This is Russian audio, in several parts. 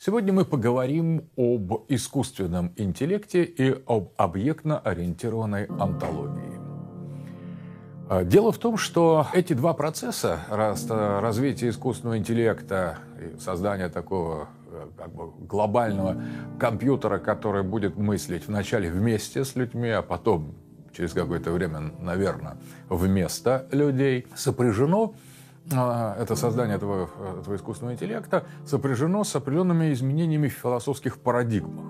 Сегодня мы поговорим об искусственном интеллекте и об объектно-ориентированной онтологии. Дело в том, что эти два процесса, развитие искусственного интеллекта и создание такого глобального компьютера, который будет мыслить вначале вместе с людьми, а потом через какое-то время, наверное, вместо людей, сопряжено, это создание этого искусственного интеллекта сопряжено с определенными изменениями в философских парадигмах.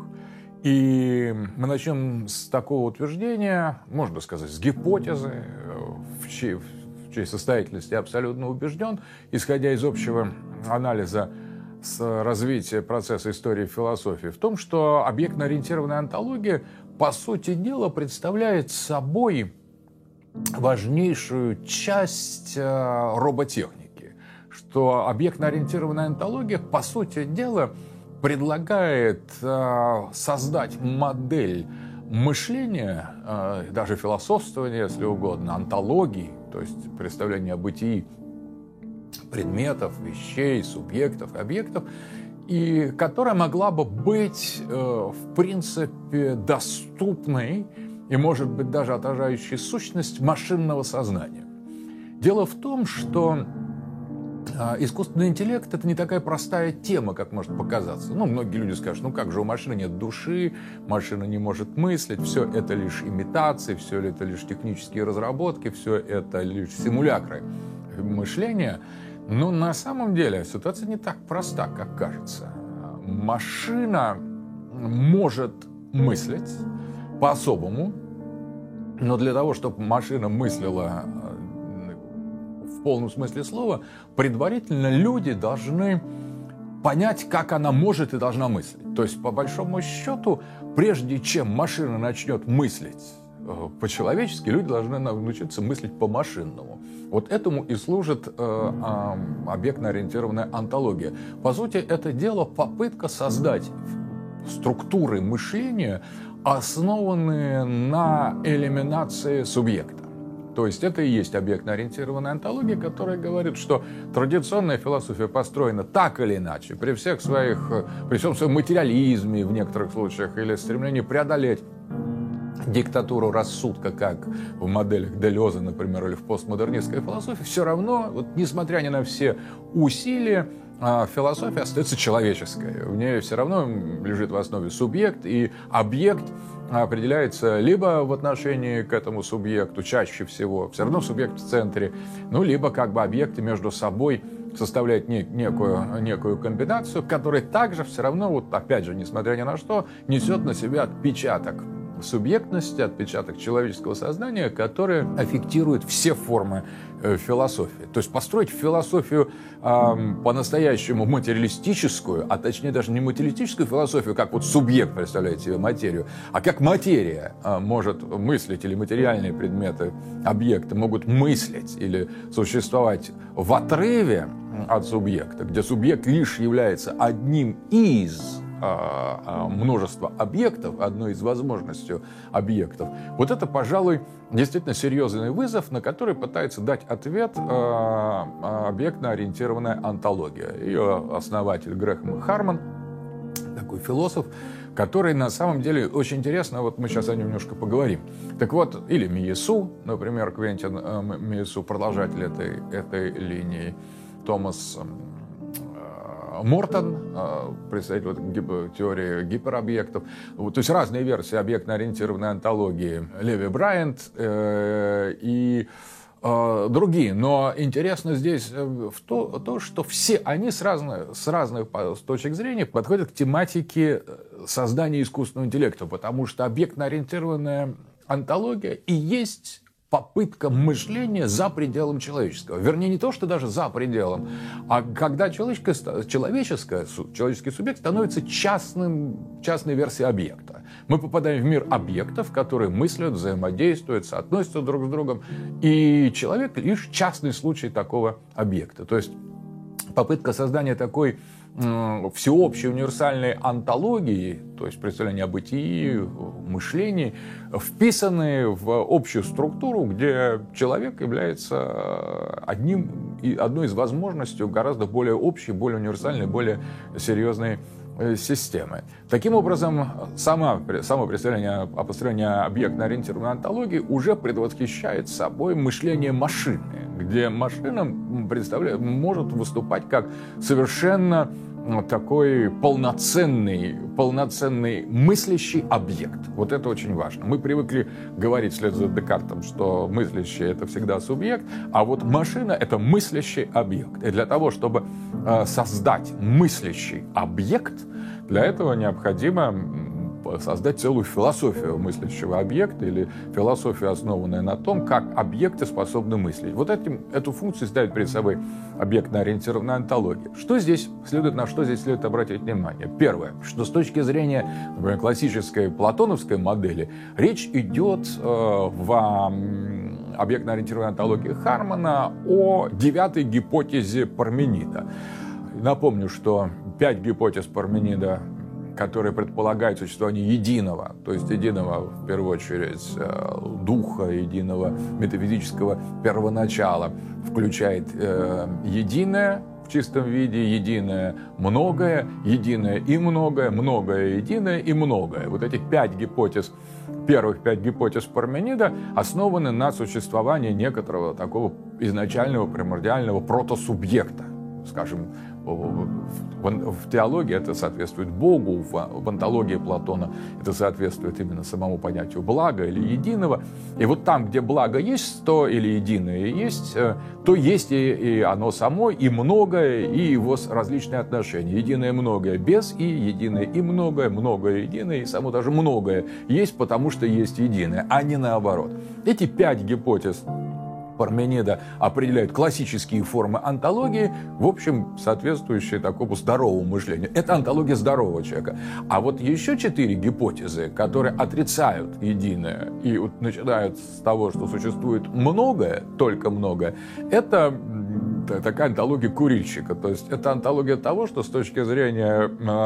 И мы начнем с такого утверждения, можно сказать, с гипотезы, в чьей состоятельности я абсолютно убежден, исходя из общего анализа с развития процесса истории философии, в том, что объектно-ориентированная онтология, по сути дела, представляет собой важнейшую часть роботехники, что объектно-ориентированная онтология, по сути дела, предлагает создать модель мышления, даже философствования, если угодно, онтологии, то есть представление о бытии предметов, вещей, субъектов, объектов, и которая могла бы быть, в принципе, доступной и, может быть, даже отражающей сущность машинного сознания. Дело в том, что искусственный интеллект – это не такая простая тема, как может показаться. Многие люди скажут, как же у машины нет души, машина не может мыслить, все это лишь имитации, все это лишь технические разработки, все это лишь симулякры мышления. Но на самом деле ситуация не так проста, как кажется. Машина может мыслить по-особому, но для того, чтобы машина мыслила в полном смысле слова, предварительно люди должны понять, как она может и должна мыслить. То есть, по большому счету, прежде чем машина начнет мыслить по-человечески, люди должны научиться мыслить по-машинному. Вот этому и служит объектно-ориентированная онтология. По сути, это дело попытка создать структуры мышления, основанные на элиминации субъекта. То есть это и есть объектно-ориентированная онтология, которая говорит, что традиционная философия построена так или иначе, при всем своем материализме в некоторых случаях или стремлении преодолеть диктатуру рассудка, как в моделях Делеза, например, или в постмодернистской философии, все равно, несмотря ни на все усилия, философия остается человеческой. В ней все равно лежит в основе субъект, и объект определяется либо в отношении к этому субъекту, чаще всего, все равно субъект в центре, либо объекты между собой составляют некую комбинацию, которая также все равно, опять же, несмотря ни на что, несет на себе отпечаток субъектности, отпечаток человеческого сознания, который аффектирует все формы философии. То есть построить философию по-настоящему материалистическую, а точнее даже не материалистическую философию, как субъект представляет себе материю, а как материя может мыслить, или материальные предметы, объекты могут мыслить или существовать в отрыве от субъекта, где субъект лишь является одним из множество объектов, одной из возможностей объектов. Вот это, пожалуй, действительно серьезный вызов, на который пытается дать ответ объектно-ориентированная онтология. Ее основатель Грэхэм Харман, такой философ, который на самом деле очень интересно, мы сейчас о нем немножко поговорим. Так вот, или Миесу, например, Квентин Миесу, продолжатель этой линии, Томас Мортон, представитель теории гиперобъектов. То есть разные версии объектно-ориентированной онтологии. Леви Брайант и другие. Но интересно здесь то, что все они с разных точек зрения подходят к тематике создания искусственного интеллекта, потому что объектно-ориентированная онтология и есть попытка мышления за пределом человеческого. Вернее, не то, что даже за пределом, а когда человеческий субъект становится частной версией объекта. Мы попадаем в мир объектов, которые мыслят, взаимодействуют, соотносятся друг с другом, и человек лишь частный случай такого объекта. То есть попытка создания такой всеобщей универсальной онтологии, то есть представления о бытии, мышлении, вписанные в общую структуру, где человек является одной из возможностей гораздо более общей, более универсальной, более серьезной системы. Таким образом, само построение объектно-ориентированной онтологии уже предвосхищает собой мышление машины, где машина может выступать как совершенно такой полноценный мыслящий объект. Вот это очень важно. Мы привыкли говорить вслед за Декартом, что мыслящий — это всегда субъект, а вот машина — это мыслящий объект. И для того, чтобы создать мыслящий объект, для этого необходимо создать целую философию мыслящего объекта или философию, основанную на том, как объекты способны мыслить. Вот эту функцию ставит перед собой объектно-ориентированная онтология. На что здесь следует обратить внимание? Первое, что с точки зрения, например, классической платоновской модели, речь идет в объектно-ориентированной онтологии Хармана о 9-й гипотезе Парменида. Напомню, что 5 гипотез Парменида, которые предполагают существование единого, то есть единого, в первую очередь, духа, единого метафизического первоначала, включает единое в чистом виде, единое многое, единое и многое, многое единое и многое. Вот эти 5 гипотез, первых 5 гипотез Парменида основаны на существовании некоторого такого изначального примордиального протосубъекта, скажем. В теологии это соответствует Богу, в онтологии Платона это соответствует именно самому понятию блага или единого. И вот там, где благо есть, то или единое есть, то есть и оно само, и многое, и его различные отношения. Единое многое без и, единое и многое, многое единое, и само даже многое есть, потому что есть единое, а не наоборот. Эти 5 гипотез Парменида определяют классические формы онтологии, в общем, соответствующие такому здоровому мышлению. Это онтология здорового человека. А вот еще 4 гипотезы, которые отрицают единое и начинают с того, что существует многое, только многое, это такая онтология курильщика. То есть это онтология того, что с точки зрения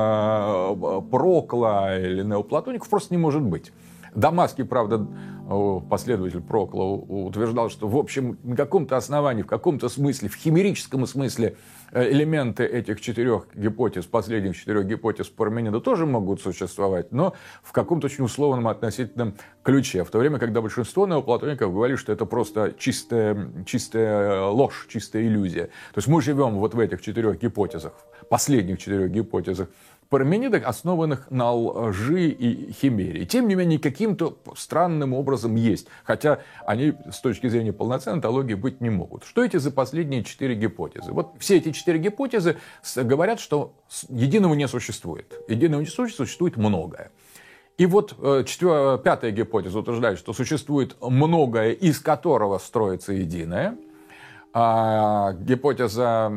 Прокла или неоплатоников просто не может быть. Дамасский, правда, последователь Прокла, утверждал, что, в общем, на каком-то основании, в каком-то смысле, в химерическом смысле элементы этих 4 гипотез, последних 4 гипотез Парменида тоже могут существовать, но в каком-то очень условном относительном ключе. В то время, когда большинство неоплатоников говорили, что это просто чистая ложь, чистая иллюзия. То есть мы живем вот в этих 4 гипотезах, последних 4 гипотезах Парменида, основанных на лжи и химере. Тем не менее, каким-то странным образом есть, хотя они с точки зрения полноценной онтологии быть не могут. Что эти за последние 4 гипотезы? Вот все эти 4 гипотезы говорят, что единого не существует. Единого не существует, существует многое. И вот 5-я гипотеза утверждает, что существует многое, из которого строится единое. Гипотеза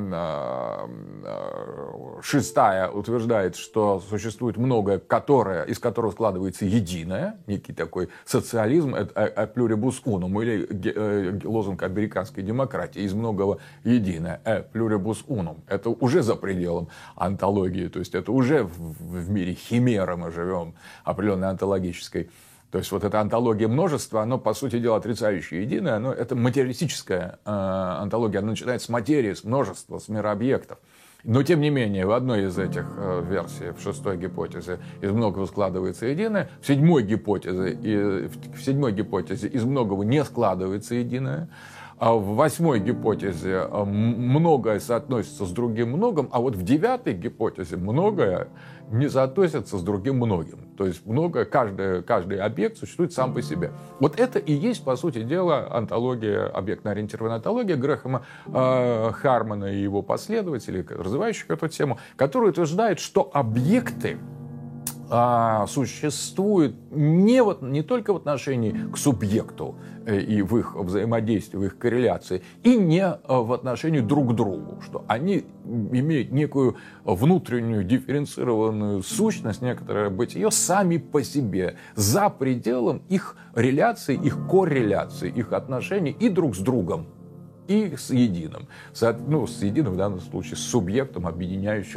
6-я утверждает, что существует многое, из которого складывается единое, некий такой социализм, a pluribus unum, или лозунг американской демократии, из многого единое, a pluribus unum. Это уже за пределом онтологии, то есть это уже в мире химеры мы живем, определенной онтологической. То есть вот эта онтология множества, оно, по сути дела, отрицающее единое, но это материалистическая онтология, она начинает с материи, с множества, с мира объектов. Но, тем не менее, в одной из этих версий, в 6-й гипотезе, из многого складывается единое, в 7-й гипотезе из многого не складывается единое, а в 8-й гипотезе многое соотносится с другим многим, а вот в 9-й гипотезе многое не соотносится с другим многим. То есть многое, каждый объект существует сам по себе. Вот это и есть, по сути дела, онтология, объектно-ориентированная онтология Грэхэма Хармана и его последователей, развивающих эту тему, которые утверждают, что объекты существует не только в отношении к субъекту и в их взаимодействии, в их корреляции, и не в отношении друг к другу, что они имеют некую внутреннюю дифференцированную сущность, некоторое бытие сами по себе, за пределом их реляций, их корреляций, их отношений и друг с другом, и с единым. С единым в данном случае, с субъектом, объединяющим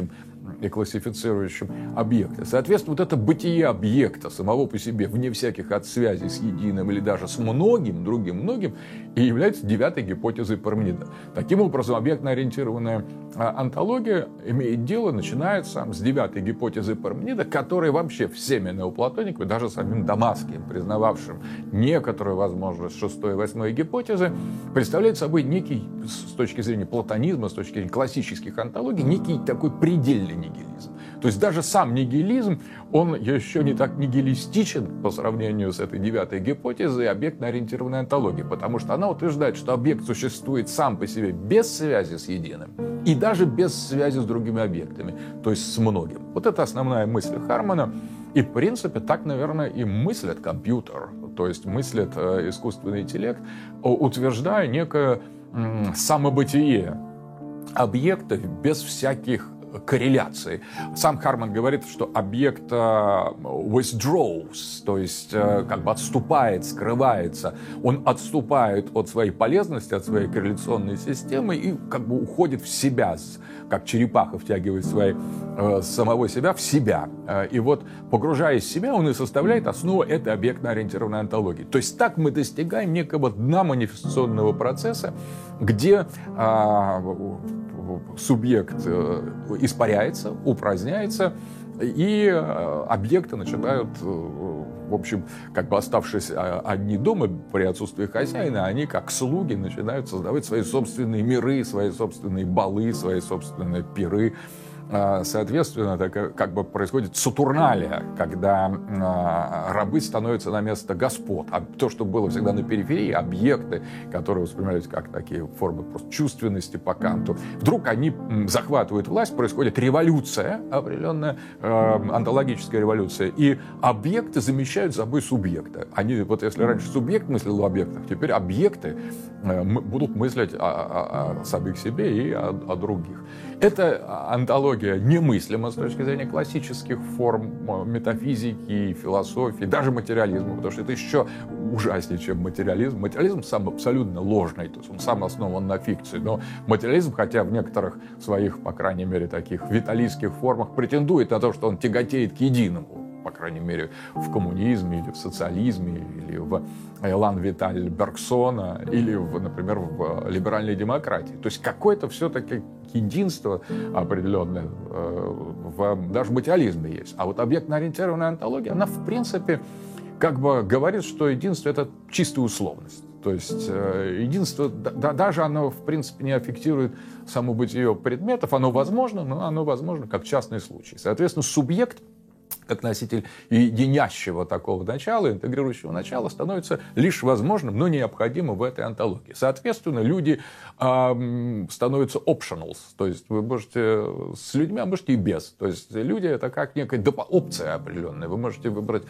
и классифицирующим объекты. Соответственно, вот это бытие объекта самого по себе, вне всяких отсвязей с единым или даже с многим, многим, и является девятой гипотезой Парменида. Таким образом, объектно-ориентированная онтология имеет дело, начинается с девятой гипотезы Парменида, которая вообще всеми неоплатониками, даже самим Дамасским, признававшим некоторую возможность шестой и восьмой гипотезы, представляет собой некий, с точки зрения платонизма, с точки зрения классических онтологий, некий такой предельный нигилизм. То есть даже сам нигилизм, он еще не так нигилистичен по сравнению с этой девятой гипотезой объектно-ориентированной онтологии, потому что она утверждает, что объект существует сам по себе без связи с единым и даже без связи с другими объектами, то есть с многим. Вот это основная мысль Хармана. И, в принципе, так, наверное, и мыслит компьютер, то есть мыслит искусственный интеллект, утверждая некое самобытие объекта без всяких корреляций. Сам Харман говорит, что объект withdraws, то есть как бы отступает, скрывается. Он отступает от своей полезности, от своей корреляционной системы и как бы уходит в себя, как черепаха втягивает самого себя в себя. И вот, погружаясь в себя, он и составляет основу этой объектно-ориентированной онтологии. То есть так мы достигаем некого дна манифестационного процесса, где субъект испаряется, упраздняется, и объекты начинают, в общем, как бы оставшись одни дома при отсутствии хозяина, они как слуги начинают создавать свои собственные миры, свои собственные балы, свои собственные пиры. Соответственно, это как бы происходит сатурналия, когда рабы становятся на место господ. А то, что было всегда на периферии, объекты, которые воспринимались как такие формы просто чувственности по Канту, вдруг они захватывают власть, происходит революция, определенная онтологическая революция, и объекты замещают собой субъекты. Они, вот если раньше субъект мыслил о объектах, теперь объекты будут мыслить о самих себе и о других. Эта онтология немыслима с точки зрения классических форм метафизики, философии, даже материализма, потому что это еще ужаснее, чем материализм. Материализм сам абсолютно ложный, то есть он сам основан на фикции, но материализм, хотя в некоторых своих, по крайней мере, таких виталистских формах претендует на то, что он тяготеет к единому, по крайней мере, в коммунизме или в социализме, или в Элан Виталь Бергсона, или, например, в либеральной демократии. То есть какое-то все-таки единство определенное даже в материализме есть. А вот объектно-ориентированная онтология, она, в принципе, как бы говорит, что единство — это чистая условность. То есть единство, даже оно, в принципе, не аффектирует само бытие предметов, оно возможно, но оно возможно как частный случай. Соответственно, субъект, как носитель единящего такого начала, интегрирующего начала, становится лишь возможным, но необходимым в этой онтологии. Соответственно, люди становятся optionals, то есть вы можете с людьми, а можете и без. То есть люди — это как некая опция определенная. Вы можете выбрать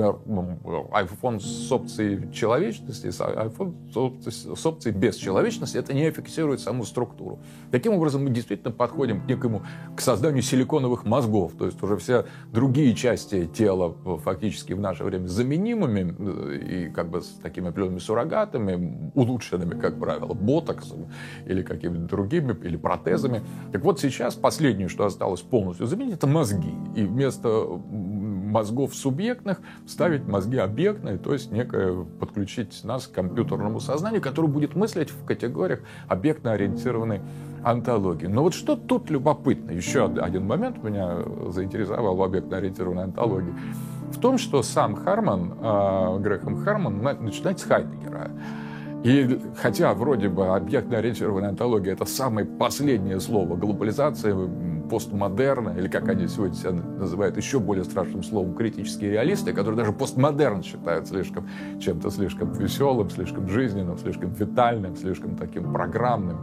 iPhone с опцией человечности, iPhone с опцией бесчеловечности. Это не аффиксирует саму структуру. Таким образом, мы действительно подходим к созданию силиконовых мозгов. То есть уже все другие части тела фактически в наше время заменимыми и как бы с такими определенными суррогатами, улучшенными, как правило, ботоксом или какими-то другими, или протезами. Так вот сейчас последнее, что осталось полностью заменить, это мозги. И вместо мозгов субъектных ставить мозги объектные, то есть подключить нас к компьютерному сознанию, которое будет мыслить в категориях объектно-ориентированной онтологии. Но вот что тут любопытно, еще один момент меня заинтересовал в объектно-ориентированной онтологии, в том, что сам Харман, Грэхэм Харман, начинает с Хайдеггера. И хотя вроде бы объектно-ориентированная онтология — это самое последнее слово глобализации, постмодерна, или как они сегодня себя называют еще более страшным словом, критические реалисты, которые даже постмодерн считают чем-то слишком веселым, слишком жизненным, слишком витальным, слишком таким программным.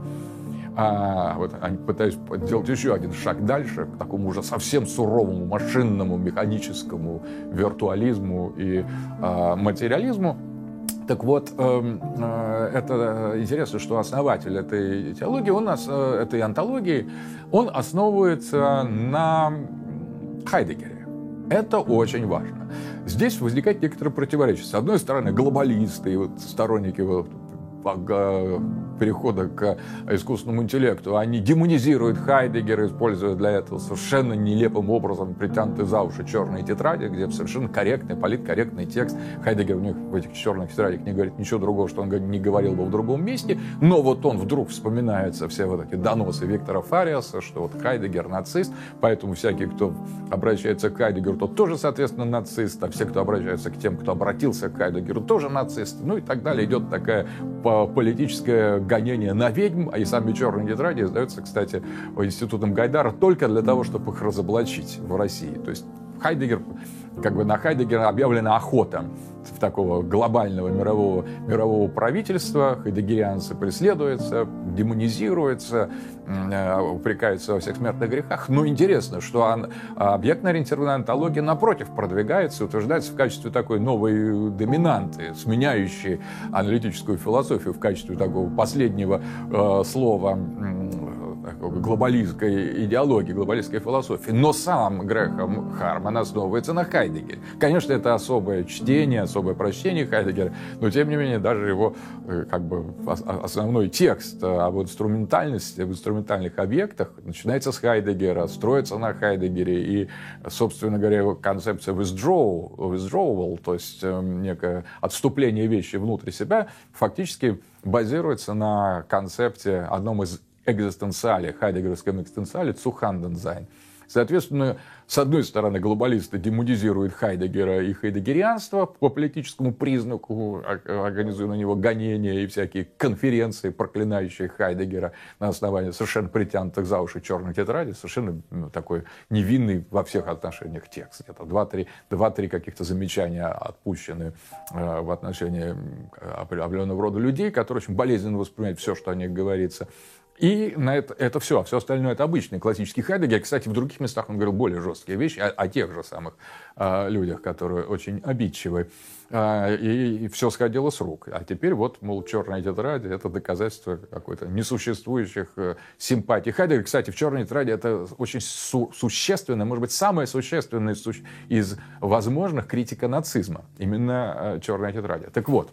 Вот они пытаются сделать еще один шаг дальше, к такому уже совсем суровому машинному, механическому виртуализму и материализму. Так вот, это интересно, что основатель этой теологии, этой онтологии, он основывается на Хайдеггере. Это очень важно. Здесь возникает некоторое противоречие. С одной стороны, глобалисты, сторонники перехода к искусственному интеллекту, они демонизируют Хайдеггера, используя для этого совершенно нелепым образом притянутые за уши черные тетради, где совершенно корректный, политкорректный текст. Хайдеггер у них в этих черных тетрадях не говорит ничего другого, что он не говорил бы в другом месте, но вот он вдруг вспоминается все вот эти доносы Виктора Фариаса, что вот Хайдеггер нацист, поэтому всякий, кто обращается к Хайдеггеру, тот тоже, соответственно, нацист, а все, кто обращается к тем, кто обратился к Хайдеггеру, тоже нацист, ну и так далее. Идет такая политическое гонение на ведьм, а и сами черные тетради издаются, кстати, институтом Гайдара только для того, чтобы их разоблачить в России. То есть Хайдеггер, как бы на Хайдеггера объявлена охота в такого глобального мирового правительства. Хайдеггерианцы преследуются, демонизируются, упрекаются во всех смертных грехах. Но интересно, что объектно-ориентированная онтология, напротив, продвигается, утверждается в качестве такой новой доминанты, сменяющей аналитическую философию в качестве такого последнего слова глобалистской идеологии, глобалистской философии. Но сам Грэхэм Харман основывается на Хайдеггере. Конечно, это особое чтение, особое прочтение Хайдеггера, но тем не менее даже его как бы основной текст об инструментальности, об инструментальных объектах начинается с Хайдеггера, строится на Хайдеггере, и, собственно говоря, его концепция withdrawal, то есть некое отступление вещи внутрь себя, фактически базируется на концепте, одном из экзистенциале, хайдеггеровском экзистенциале Zuhanden-Sein. Соответственно, с одной стороны, глобалисты демонизируют Хайдеггера и хайдеггерианство по политическому признаку, организуя на него гонения и всякие конференции, проклинающие Хайдеггера на основании совершенно притянутых за уши черных тетрадей, совершенно такой невинный во всех отношениях текст. Где-то два-три каких-то замечания отпущены в отношении определенного рода людей, которые очень болезненно воспринимают все, что о них говорится. И на это все. А все остальное — это обычный классический Хайдеггер. Кстати, в других местах он говорил более жесткие вещи о тех же самых людях, которые очень обидчивы. И все сходило с рук. А теперь вот, мол, черная тетрадь — это доказательство какой-то несуществующих симпатий. Хайдеггер, кстати, в черной тетради — это очень существенное, может быть, самое существенное из возможных критика нацизма. Именно черная тетрадь. Так вот,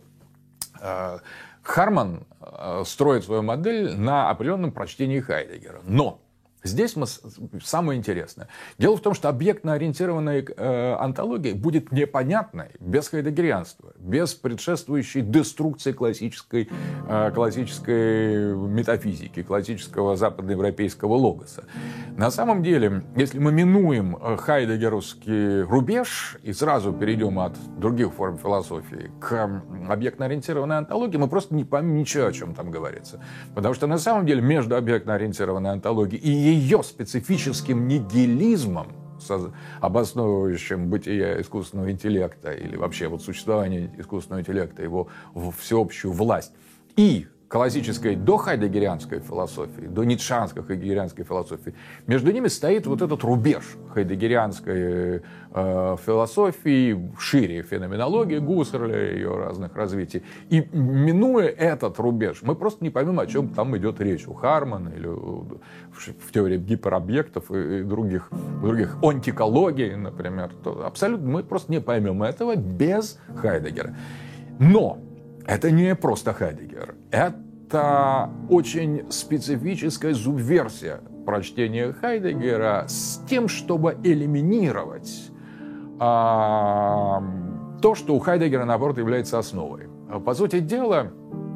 Харман строит свою модель на определенном прочтении Хайдеггера. Но здесь самое интересное. Дело в том, что объектно-ориентированная онтология будет непонятной без хайдеггерианства, без предшествующей деструкции классической метафизики, классического западноевропейского логоса. На самом деле, если мы минуем хайдеггеровский рубеж и сразу перейдем от других форм философии к объектно-ориентированной онтологии, мы просто не поймем ничего, о чем там говорится. Потому что на самом деле между объектно-ориентированной онтологией и ее специфическим нигилизмом, обосновывающим бытие искусственного интеллекта или вообще вот существование искусственного интеллекта, его всеобщую власть, и классической дохайдеггерианской философии, до ницшеанской хайдеггерианской философии, между ними стоит вот этот рубеж хайдеггерианской философии, шире феноменологии Гуссерля, ее разных развитий. И минуя этот рубеж, мы просто не поймем, о чем там идет речь у Хармана или в теории гиперобъектов и других онтикологий, например. Абсолютно мы просто не поймем этого без Хайдеггера. Но это не просто Хайдеггер. Это очень специфическая субверсия прочтения Хайдеггера с тем, чтобы элиминировать то, что у Хайдеггера, наоборот, является основой. По сути дела,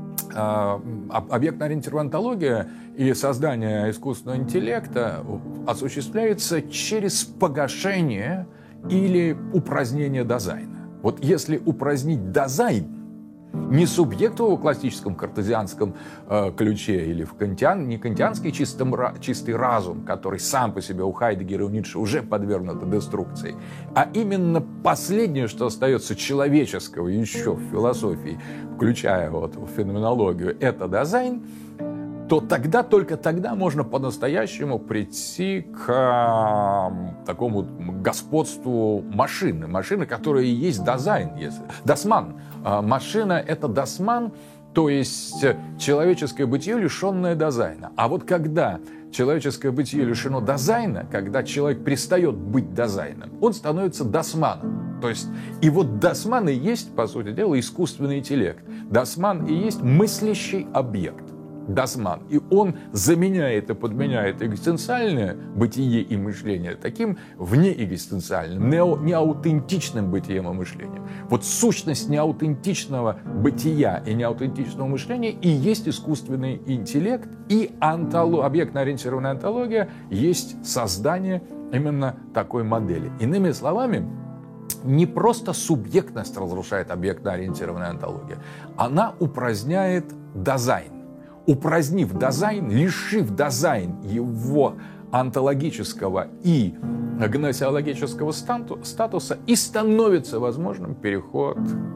объектно-ориентированная онтология и создание искусственного интеллекта осуществляется через погашение или упразднение дизайна. Вот если упразднить дизайн, не субъекту в классическом картезианском ключе или не кантианский чистый разум, который сам по себе у Хайдеггера и у Ницше уже подвергнут деструкции, а именно последнее, что остается человеческого еще в философии, включая вот феноменологию, это дизайн, то тогда, только тогда можно по-настоящему прийти к такому господству машины. Машины, которая и есть дизайн, дасман. Машина — это дасман, то есть человеческое бытие, лишенное дизайна. А вот когда человеческое бытие лишено дизайна, когда человек перестает быть дизайном, он становится дасманом. То есть, и вот дасман и есть, по сути дела, искусственный интеллект. Дасман и есть мыслящий объект. Дасман. И он заменяет и подменяет экзистенциальное бытие и мышление таким внеэкзистенциальным, неаутентичным бытием и мышлением. Вот сущность неаутентичного бытия и неаутентичного мышления и есть искусственный интеллект, и объектно-ориентированная онтология есть создание именно такой модели. Иными словами, не просто субъектность разрушает объектно-ориентированная онтология, она упраздняет дизайн. Упразднив дизайн, лишив дизайн его онтологического и гносеологического статуса, и становится возможным переход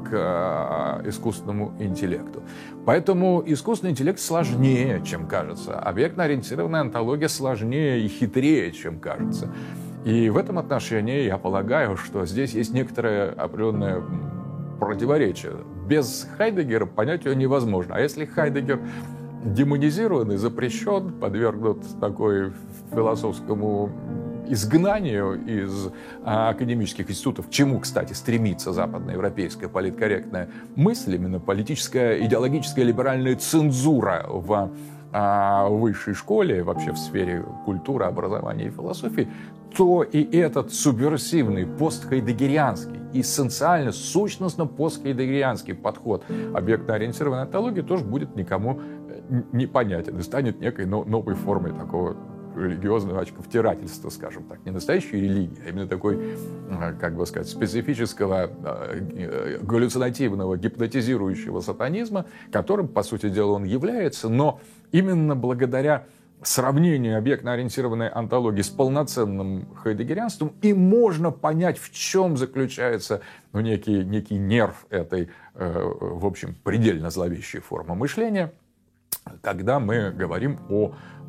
к искусственному интеллекту. Поэтому искусственный интеллект сложнее, чем кажется. Объектно-ориентированная онтология сложнее и хитрее, чем кажется. И в этом отношении я полагаю, что здесь есть некоторое определенное противоречие. Без Хайдеггера понять ее невозможно. А если Хайдеггер демонизирован и запрещен, подвергнут такой философскому изгнанию из академических институтов, к чему, кстати, стремится западноевропейская политкорректная мысль, именно политическая, идеологическая, либеральная цензура в высшей школе, вообще в сфере культуры, образования и философии, то и этот субверсивный постхайдеггерианский, эссенциально, сущностно постхайдеггерианский подход объектно-ориентированной онтологии тоже будет никому непонятен и станет некой новой формой такого религиозного очковтирательства, скажем так. Не настоящей религии, а именно такой, как бы сказать, специфического галлюцинативного, гипнотизирующего сатанизма, которым, по сути дела, он является, но именно благодаря сравнению объектно-ориентированной онтологии с полноценным хайдеггерианством и можно понять, в чем заключается некий нерв этой, в общем, предельно зловещей формы мышления, когда мы говорим о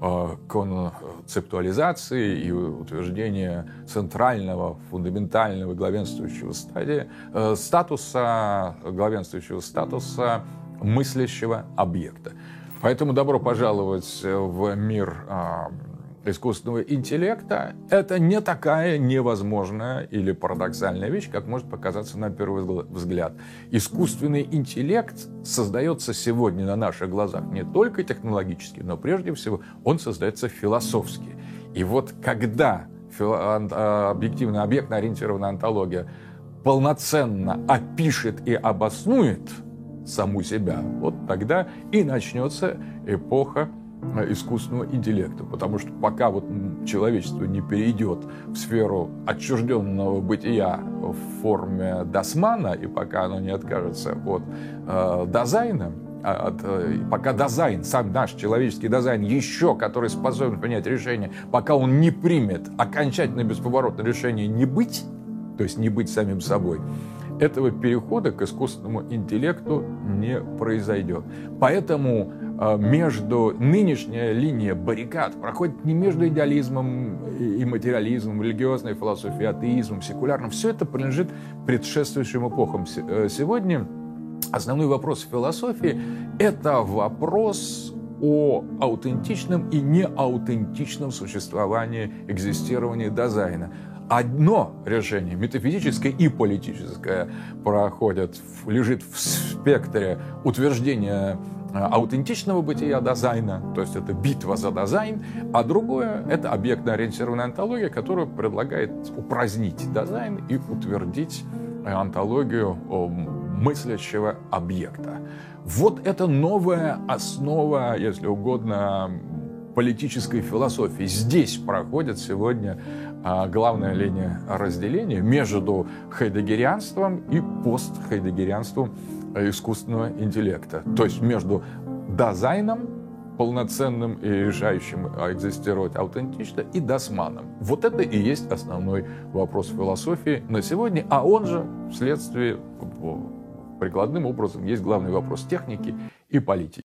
концептуализации и утверждении центрального, фундаментального, главенствующего статуса мыслящего объекта. Поэтому добро пожаловать в мир искусственного интеллекта. Это не такая невозможная или парадоксальная вещь, как может показаться на первый взгляд. Искусственный интеллект создается сегодня на наших глазах не только технологически, но прежде всего он создается философски. И вот когда объективная объектно-ориентированная онтология полноценно опишет и обоснует саму себя, вот тогда и начнется эпоха искусственного интеллекта. Потому что пока вот человечество не перейдет в сферу отчужденного бытия в форме Дасмана, и пока оно не откажется от дизайна, пока дизайн, сам наш человеческий дизайн еще, который способен принять решение, пока он не примет окончательно бесповоротное решение не быть, то есть не быть самим собой, этого перехода к искусственному интеллекту не произойдет. Поэтому нынешняя линия баррикад проходит не между идеализмом и материализмом, религиозной философией, атеизмом, секулярным. Все это принадлежит предшествующим эпохам. Сегодня основной вопрос философии – это вопрос о аутентичном и неаутентичном существовании, экзистировании дизайна. Одно решение, метафизическое и политическое, лежит в спектре утверждения аутентичного бытия дизайна, то есть это битва за дизайн, а другое – это объектно-ориентированная онтология, которая предлагает упразднить дизайн и утвердить онтологию мыслящего объекта. Вот это новая основа, если угодно, политической философии. Здесь проходит сегодня главная линия разделения между хайдеггерианством и постхайдеггерианством искусственного интеллекта. То есть между дизайном, полноценным и решающим экзистировать аутентично, и дасманом. Вот это и есть основной вопрос философии на сегодня, а он же вследствие прикладным образом есть главный вопрос техники и политики.